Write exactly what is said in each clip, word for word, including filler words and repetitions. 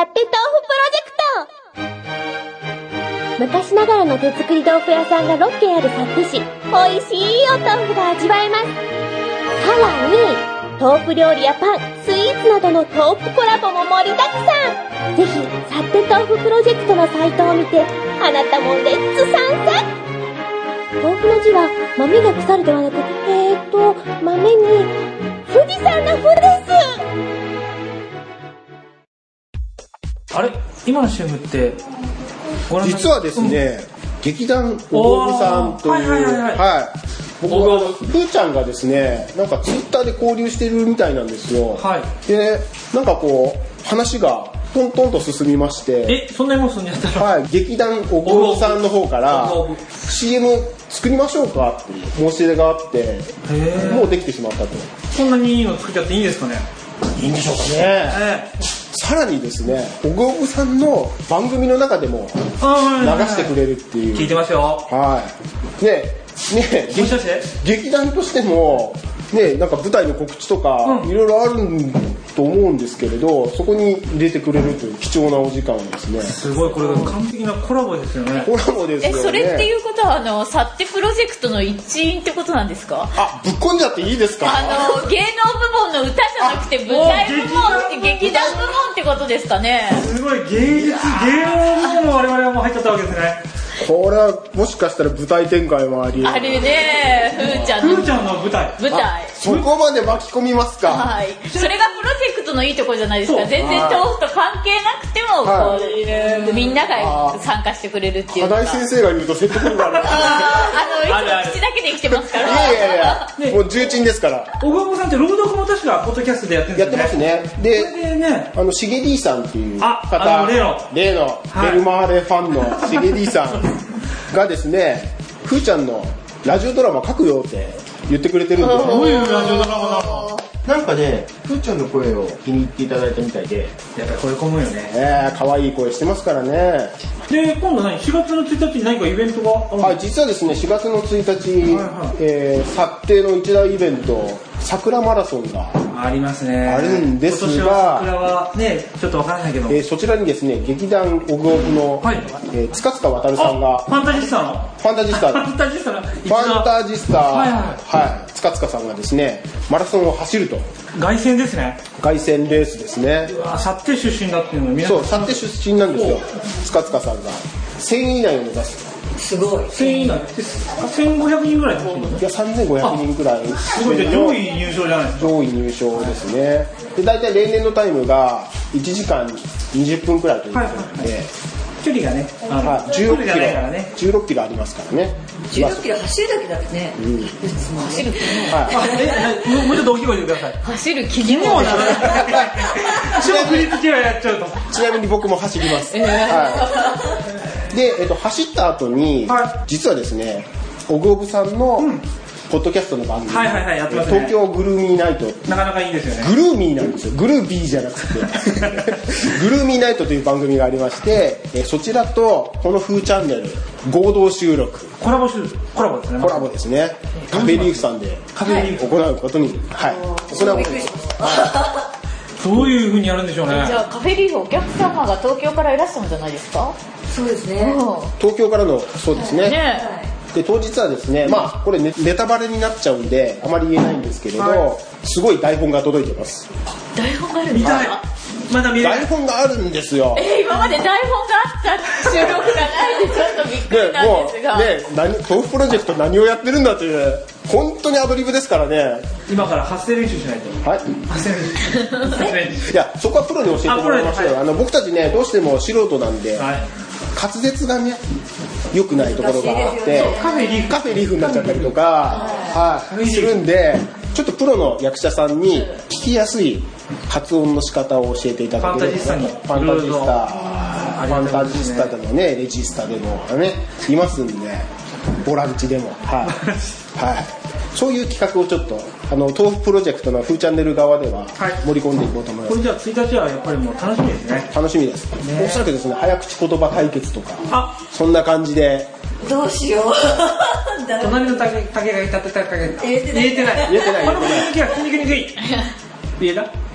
って豆腐プロジェクト。昔ながらの手作り豆腐屋さんがろっけんある幸手市、美味しいお豆腐が味わえます。さらに豆腐料理やパン、スイーツなどの豆腐コラボも盛りだくさん。ぜひさって豆腐プロジェクトのサイトを見て、あなたもレッツ参加。豆腐の字は豆が腐るではなく、えーと豆に富士山の富です。 あれ今の シーエム って実はですね、うん、劇団お豆腐さんという、はいはいはいはい、はい、僕はふーちゃんがですね、なんかツイッターで交流してるみたいなんですよ、はい、でなんかこう話がトントンと進みまして、 えそんなにも進んじゃったの、 はい、劇団お豆腐さんの方から シーエム 作りましょうかっていう申し出があって、もうできてしまったと。 そんなにいいの作っちゃっていいんですかね。 いいんでしょうかね。さらにですね、お豆腐さんの番組の中でも流してくれるっていう。 聞いてますよ。 はい。ねね劇, 劇団としてもね、なんか舞台の告知とかいろいろあると思うんですけれど、そこに入れてくれるという貴重なお時間をですね。 すごい、これ完璧なコラボですよね。 コラボですよね。 え、それっていうことはあのサッテプロジェクトの一員ってことなんですか。 あ、ぶっこんじゃっていいですか。 あの芸能部門の歌じゃなくて舞台部門って劇団部門ってことですかね。 すごい、芸術芸能部門我々はもう入っちゃったわけですね。 これはもしかしたら舞台展開もあり、 あれね、ふーちゃんのふーちゃんの舞台舞台そこまで巻き込みますか。 はい、それがプロジェクトのいいところじゃないですか。全然豆腐と関係なくてもこう、はい、みんなが参加してくれるっていうか。 課題先生が言うと説得力がある。 あのいつも口だけで生きてますから。 いやいやいや、ね、もう重鎮ですから。 小川さんって朗読も確かポッドキャストでやってるんですよね。 やってますね。で、でね、あのシゲ D さんっていう方、 ああ例の例のベルマーレファンのシゲ D さんがですね、ふーちゃんのラジオドラマ書くよって言ってくれてるんですね。 どういうラジオドラマなの。 なんかね、ふーちゃんの声を気に入っていただいたみたいで、 やっぱり声込むよね。 えー、可愛い声してますからね。 で、今度何しがつのついたちに何かイベントがあるの。 はい、実はですね、しがつのついたち、はいはい、えー、サッテの一大イベント、桜マラソンがありますね。 あるんですが、 今年は桜はね、ちょっとわからないけど、 えー、そちらにですね、劇団お豆腐の、はい、えー、塚塚渉さんが、 ファンタジスタのファンタジスタファンタジスタのファンタジスタ、はいはいはい、塚塚さんがですね、マラソンを走ると。 凱旋ですね。 凱旋レースですね。 うわ、サッテ出身だっていうのは皆さん。そう、サッテ出身なんですよ。塚塚さんがせんい以内を目指す。 すごい。 せんい以内。せんごひゃくにんぐらい。 いや、さんぜんごひゃくにんぐらい。 すごい、上位入賞じゃないですか。 上位入賞ですね。で、大体例年のタイムがいちじかんにじゅっぷんくらいということなので、はいはい、 距離がね、 はい、じゅうろっキロ、ね、じゅうろっキロありますからね。 じゅうろっキロ走るだけだってね。うん、走る気にも。 はい。もうちょっと大きい声でください。 走る気にもならない。 超振り付けはやっちゃうと。 ちなみに僕も走ります。えー、はい。で、えっと、走った後に、はい、実はですね、お豆腐さんの、うん、ポッドキャストの番組、 はいはいはい、やってますね。 東京グルーミーナイト、 なかなかいいですよね。 グルーミーなんですよ。グルービーじゃなくてグルーミーナイトという番組がありまして、えそちらとこの風チャンネル合同収録、 コラボ収録、コラボですね。 コラボですね。カフェリーフさんでカフェリーフ行うことに、はい、行うことです。 どういう風にやるんでしょうね。 じゃあカフェリーフお客様が東京からいらっしゃるんじゃないですか。 そうですね。 東京からの、そうですね。 ね、 で当日はですね、まあこれ ネ, ネタバレになっちゃうんであまり言えないんですけれど、はい、すごい台本が届いてます。 台本があるんですか。 まだ見れ台本があるんですよ。 えー、今まで台本があった収録がないでちょっとびっくりなんですが、 ね、もうね、何豆腐プロジェクト何をやってるんだという本当にアドリブですからね。 今から発声練習しないと。 はい。 発声練習。 いや、そこはプロに教えてもらいましょうよ。あ、はい、あの僕たちね、どうしても素人なんで、はい、滑舌がね良くないところがあって、 カフェリーフカフェリーフになっちゃったりとか、はい、するんで、ちょっとプロの役者さんに聞きやすい発音の仕方を教えていただけると、ファンタジスタ、ファンタジスタでもね、レジスタでもねいますんで、ボランチでも、はいはい、そういう企画をちょっとあの豆腐プロジェクトのフーチャンネル側では盛り込んでいこうと思います。 これじゃあついたちはやっぱりもう楽しみですね。 楽しみです。ね、おそらくですね、早口言葉対決とか、あ、そんな感じで。 どうしよう。 隣の竹竹が立てた竹。言えてない。 言えてない。 この雰囲気は筋肉にくい。言えた？ はい。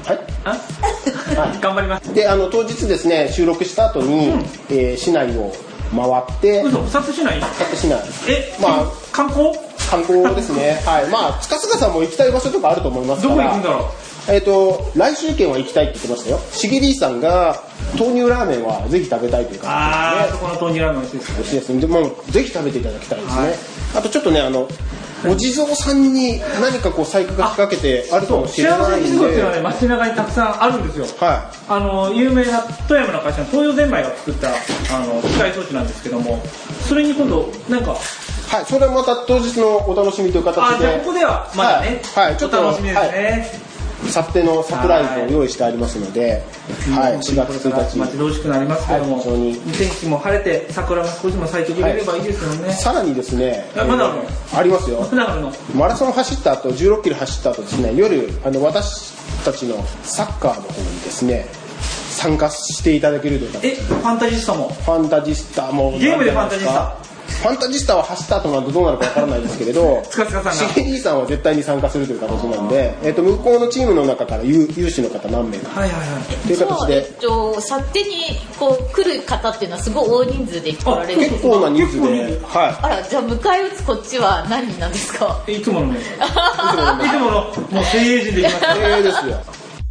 あ頑張ります。 で、あの当日ですね、収録した後に、うん、えー、市内を回って。 嘘、草津市内？ 草津市内。 え、まあ観光？ 観光ですね。はい。まあ塚塚さんも行きたい場所とかあると思いますから。 どこ行くんだろう。 えっ、ー、と来週券は行きたいって言ってましたよ。しげりーさんが豆乳ラーメンはぜひ食べたいという感じですね。 ああ、そこの豆乳ラーメン美味しいですね。 美味しいですね。でもぜひ食べていただきたいですね。はい、あとちょっとね、あのお地蔵さんに何かこう細工が仕掛けてあるかもしれないんで。 幸せ地蔵っていうのはね、街中にたくさんあるんですよ。はい。あの有名な富山の会社の東洋ゼンマイが作ったあの機械装置なんですけども、それに今度なんか。 はい、それはまた当日のお楽しみという形で。 あ、じゃあここではまだね、 はい、はい、ちょっとお楽しみですね。 はいさってのサプライズを用意してありますので、はい、しがつついたち待ち遠しくなりますけども、はい、天気も晴れて桜が少しも咲いてくれればいいですよね。はい、 さらにですね、 えー、まだあるの？ ありますよ。 まだあるの？ マラソン走った後、じゅうろっキロ走った後ですね、夜あの私たちのサッカーの方にですね参加していただけるという形で。 え、ファンタジスタも？ ファンタジスタもゲームでファンタジスタ。 ファンタジスタは走った後なんてどうなるかわからないですけれど、 つかつかさんがしげりーさんは絶対に参加するという形なんで、えっと向こうのチームの中から有有志の方何名か、 はいはいはい、 という形で、 えっと去手にこう来る方っていうのはすごい大人数で来られるんですか？ 結構な人数で、はい。 あら、じゃあ迎え撃つこっちは何人なんですか？ いつものね。いつものもう精鋭陣でいきます。 精鋭ですよ。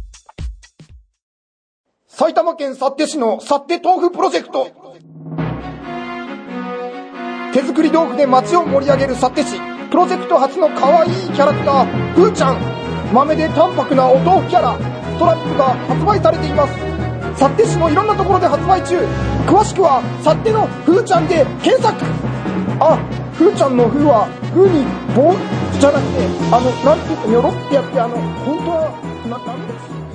埼玉県幸手市の幸手豆腐プロジェクト。手作り豆腐で街を盛り上げる幸手市。プロジェクト初の可愛いキャラクター、ふーちゃん。豆で淡白なお豆腐キャラ、ストラップが発売されています。幸手市のいろんなところで発売中。詳しくは幸手のふーちゃんで検索。あ、ふーちゃんのふーはふーに棒じゃなくて、あの、なんて言ってニョロってやって、あの、本当は、な、なん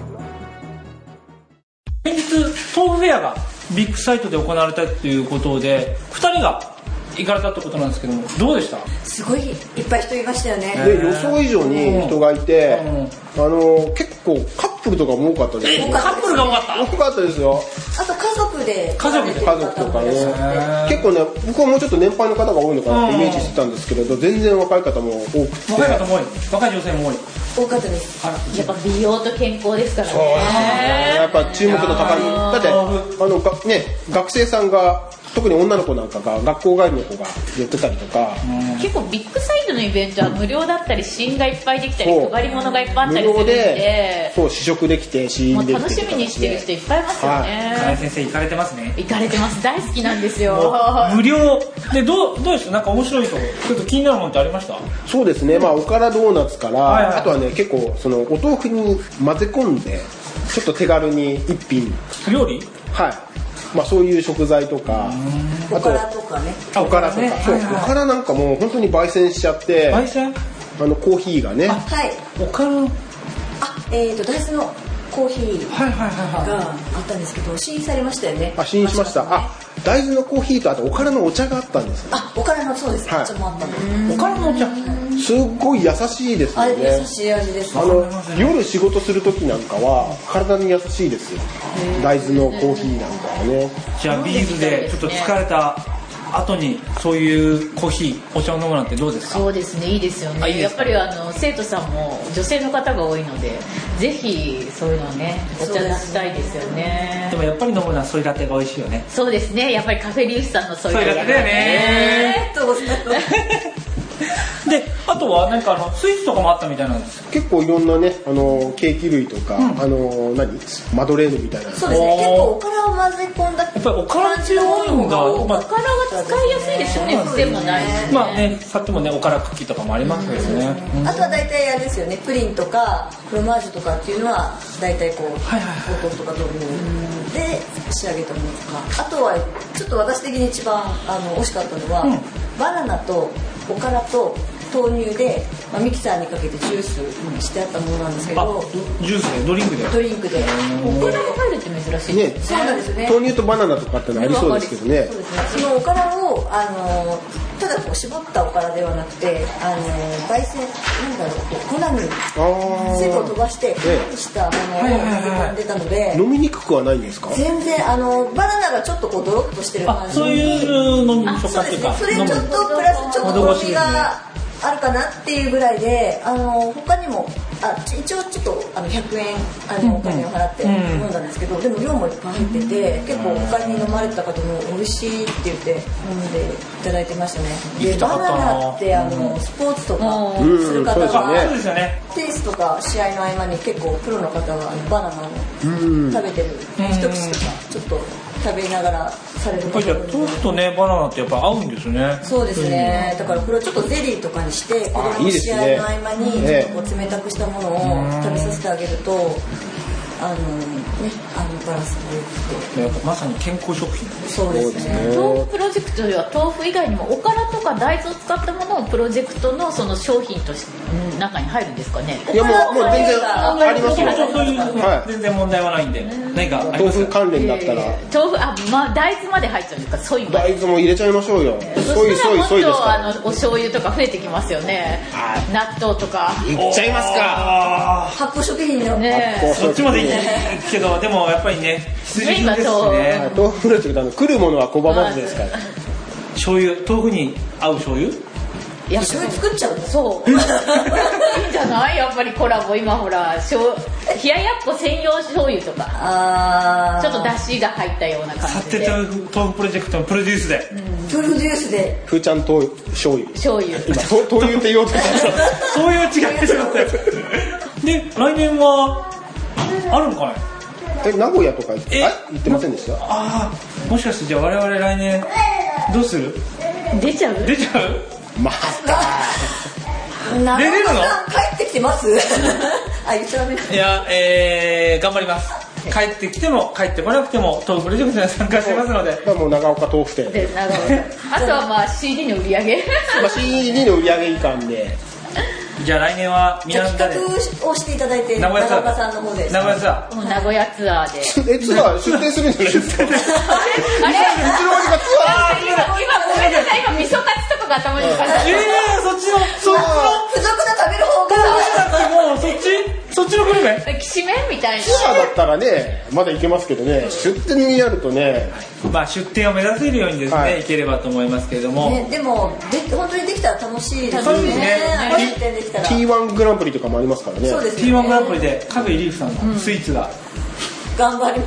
です。 先日、豆腐フェアがビッグサイトで行われたということで、ふたりが行かれたってことなんですけども、どうでした？ すごいいっぱい人いましたよね。 で、予想以上に人がいて、うん、あの結構カップルとかも多かったですよ。 カップルが多かった？ 多かったですよ。 あと家族で家族で家族とかね、結構ね、僕はもうちょっと年配の方が多いのかなってイメージしてたんですけれど、全然若い方も多くて、 若い方も多い、若い女性も多い。 多かったです。 あら、やっぱ美容と健康ですからね。 そうですね。やっぱ注目の高い。だってあのがね、学生さんが特に女の子なんかが学校帰りの子がやってたりとか、 結構ビッグサイトのイベントは無料だったり試飲がいっぱいできたり配り物がいっぱいあったりするんで、 そう試食できて試飲できて楽しみにしてる人いっぱいいますよね。 金井先生行かれてますね。 行かれてます。大好きなんですよ。 無料でどうどうですか？なんか面白いとこちょっと気になるものってありました？ そうですね。まあおからドーナツから、はいはい、あとはね結構そのお豆腐に混ぜ込んでちょっと手軽に一品料理？ はい。まあそういう食材とか、 おからとかね。 おからとか、そう、おからなんかもう本当に焙煎しちゃって、 焙煎？ あのコーヒーがね、 はい。 おから、 あ、えっと大豆のコーヒーがあったんですけど、試飲されましたよね。 あ、試飲しました。あ、大豆のコーヒーとあとおからのお茶があったんです。 あ、おからのそうです。お茶もあったんで。 おからのお茶。 すっごい優しいですよね。 優しい味です。 あの夜仕事する時なんかは体に優しいですよ。大豆のコーヒーなんかはね。 じゃあビールでちょっと疲れた後にそういうコーヒーお茶を飲むなんてどうですか？ そうですね、いいですよね。いいやっぱりあの生徒さんも女性の方が多いので、ぜひそういうのねお茶出したいですよね。 でもやっぱり飲むのはソイラテが美味しいよね。 そうですね、やっぱりカフェリュースさんのソイラテだよね。 で、あとはなんかあのスイーツとかもあったみたいなんです。 結構いろんなね、あのケーキ類とか、うん、あの何マドレーヌみたいな。 そうですね。結構おからを混ぜ込んだ。 やっぱりおから強いんだ。 おからが使いやすいですよね。癖もないし。 まあね、さっきもねおからクッキーとかもありますけどね。 うん、あとは大体あれですよね。プリンとかフロマージュとかっていうのは大体こうはいはいお豆腐とか豆腐で仕上げたものとか。あとはちょっと私的に一番あの美味しかったのは、うん、バナナとおからと豆乳で、まあ、ミキサーにかけてジュースしてあったものなんですけど、 ジュースでドリンクでドリンクでおからが入るって珍しいね。 そうなんですね。 豆乳とバナナとかってのありそうですけどね。 そうですね。そのおからをあのただこう絞ったおからではなくて、あの焙煎なんだろう粉に水分を飛ばしてしたものを混ぜ込んでたので、 飲みにくくはないんですか？ 全然あのバナナがちょっとこうドロッとしてる感じ。 そういう飲み食感っていうか。 それちょっとプラスちょっととろみがあるかなっていうぐらいで、あの他にもあ一応ちょっとあのひゃくえんあのお金を払って飲んだんですけど、うんうん、でも量もいっぱい入ってて、結構他に飲まれた方も美味しいって言って飲んでいただいてましたね。でバナナってあの、うん、スポーツとかする方が、うん、テニスとか試合の合間に結構プロの方がバナナを食べてる、うん、一口とかちょっと食べながらされる方が、 豆腐とねバナナってやっぱ合うんですね。 そうですね、だからこれをちょっとゼリーとかにして子供の試合の合間にちょっとこう冷たくしたものを食べさせてあげると、あのね、あのバランスが良くて、 やっぱまさに健康食品。 そうですね。 豆腐プロジェクトでは豆腐以外にもおからとか大豆を使ったものをプロジェクトのその商品として中に入るんですかね。 いやもうもう全然ありますよ。 そういう、はい、全然問題はないんで。何か豆腐関連だったら。 豆腐あまあ大豆まで入っちゃうんですか。ソイまで。 大豆も入れちゃいましょうよ。 ソイソイソイですから。あのお醤油とか増えてきますよね。はい、納豆とか。 いっちゃいますか。 発酵食品のね。 そっちまでいいけど。でもやっぱりね必需品ですしね。 豆腐プロジェクトの来るものは拒まずですから。 醤油豆腐に合う醤油。 いや醤油作っちゃう。 そういいんじゃない。やっぱりコラボ今ほら冷ややっこ専用醤油とかあちょっと出汁が入ったような感じで。 さて豆腐プロジェクトのプロデュースで、 うん、プロデュースでふーちゃん豆腐醤油醤油今豆乳って言おうとしたそういう違ってしまったよ。で来年はあるのかね。 え名古屋とか行って言ってませんでした？ ああもしかしてじゃあ我々来年どうする？ 出ちゃう？ 出ちゃう？ また出れるの？ 帰ってきてます？あ言っちゃダメ。 いやえー、頑張ります。帰ってきても帰ってこなくても豆腐プロジェクトに参加してますので。 もう長岡豆腐店で長岡あとはまあ シーディー の売り上げまあ シーディー の売り上げいかんでじゃあ来年はみんなで企画をしていただいて長岡さんの方で名古屋ツアー名古屋ツアーでえツアー出店するんじゃないですか。あれ？ いつの間にかツアー。今ごめんなさい今味噌カツとかが頭に浮かんだ。 ええそっちのそっちの付属の食べる方がもうそっちそっちのグルメきしめんみたいな。 ツアーだったらねまだ行けますけどね、出店にやるとねまあ出店を目指せるようにですね、はい、いければと思いますけれども、 ね、でもで本当にできたら楽しいですね。 そうですね。 出店できたらティーワン グランプリとかもありますからね。 そうですね。 ティーワン グランプリで香取リーフさんのスイーツが、 うん、頑張ります。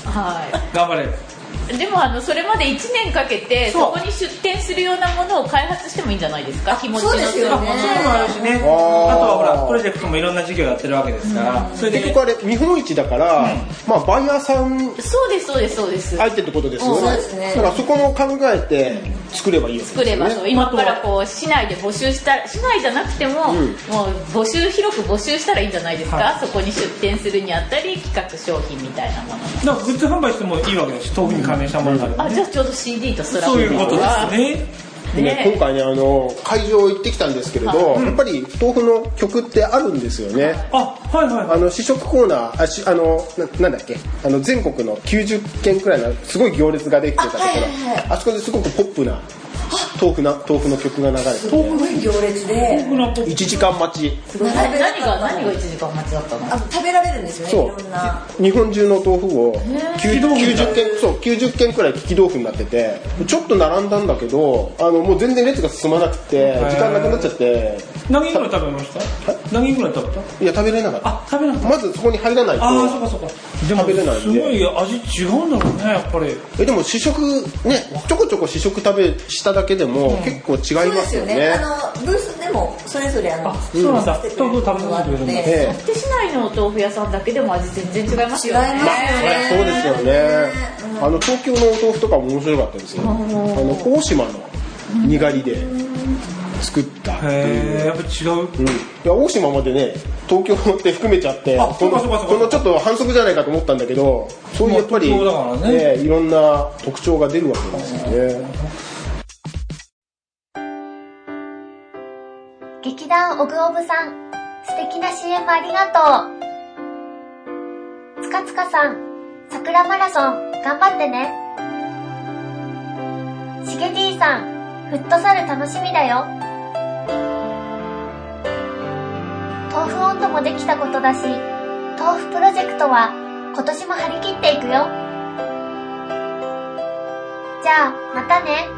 はい頑張れる。 でもあのそれまでいちねんかけて そ, そこに出店するようなものを開発してもいいんじゃないですか。日持ちのそうですよね。 そういうのもあるしね。あとはほらプロジェクトもいろんな事業やってるわけですから、うん、それで結局あれ見本市だから、うん、まあバイヤーさんそうですそうですそうです相手ってことですよね。 そうですね。 だからそこも考えて作ればいいわけですよね。 作ればそう今からこう市内で募集した市内じゃなくても、うん、もう募集広く募集したらいいんじゃないですか、はい、そこに出店するにあたり企画商品みたいなものだからグッズ販売してもいいわけですし豆腐に関連したものがある、ね、 あじゃあちょうど シーディー とスラそういうことですね。 でね、今回ねあの会場行ってきたんですけれど、はい、やっぱり豆腐の曲ってあるんですよね。 あはいはい、はい、 あの試食コーナーあしあの な, なんだっけあの全国のきゅうじゅっけんくらいのすごい行列ができてたところ あ,、はいはいはい、あそこですごくポップな豆腐な豆腐の曲が流れててすごい行列でいちじかん待ち。 何が何がいちじかん待ちだったの？ あ食べられるんですよね。 そういろんな日本中の豆腐をきゅうじゅっけんそうきゅうじゅっけんくらい利き豆腐になっててちょっと並んだんだけどあのもう全然列が進まなくて時間なくなっちゃって。 何人ぐらい食べました？何人ぐらい食べた？ いや食べれなかった。 あ食べなかった。 まずそこに入らないとあそうかそうかでも食べれないんで。 すごい味違うんだろうねやっぱり。 えでも試食ねちょこちょこ試食食べしただけでも、うん、結構違いますよね。 そうですよね。あのブースでもそれぞれあのあそうなんだ豆腐食べさせてくれるんだ。 勝手市内のお豆腐屋さんだけでも味全然違いますよね。 違いますよね。 そうですよね。あの東京のお豆腐とかも面白かったですよ。あの大島のにがりで作ったっていう。 へーやっぱ違う。 うん。いや大島までね東京って含めちゃってあそうかそうかそうかこのちょっと反則じゃないかと思ったんだけどそういうやっぱり、 まあ特徴だからね、 ねいろんな特徴が出るわけですよね。 劇団オグオブさん、素敵な シーエム ありがとう。つかつかさん、桜マラソン頑張ってね。しげ D さん、フットサル楽しみだよ。豆腐温度もできたことだし、豆腐プロジェクトは今年も張り切っていくよ。じゃあまたね。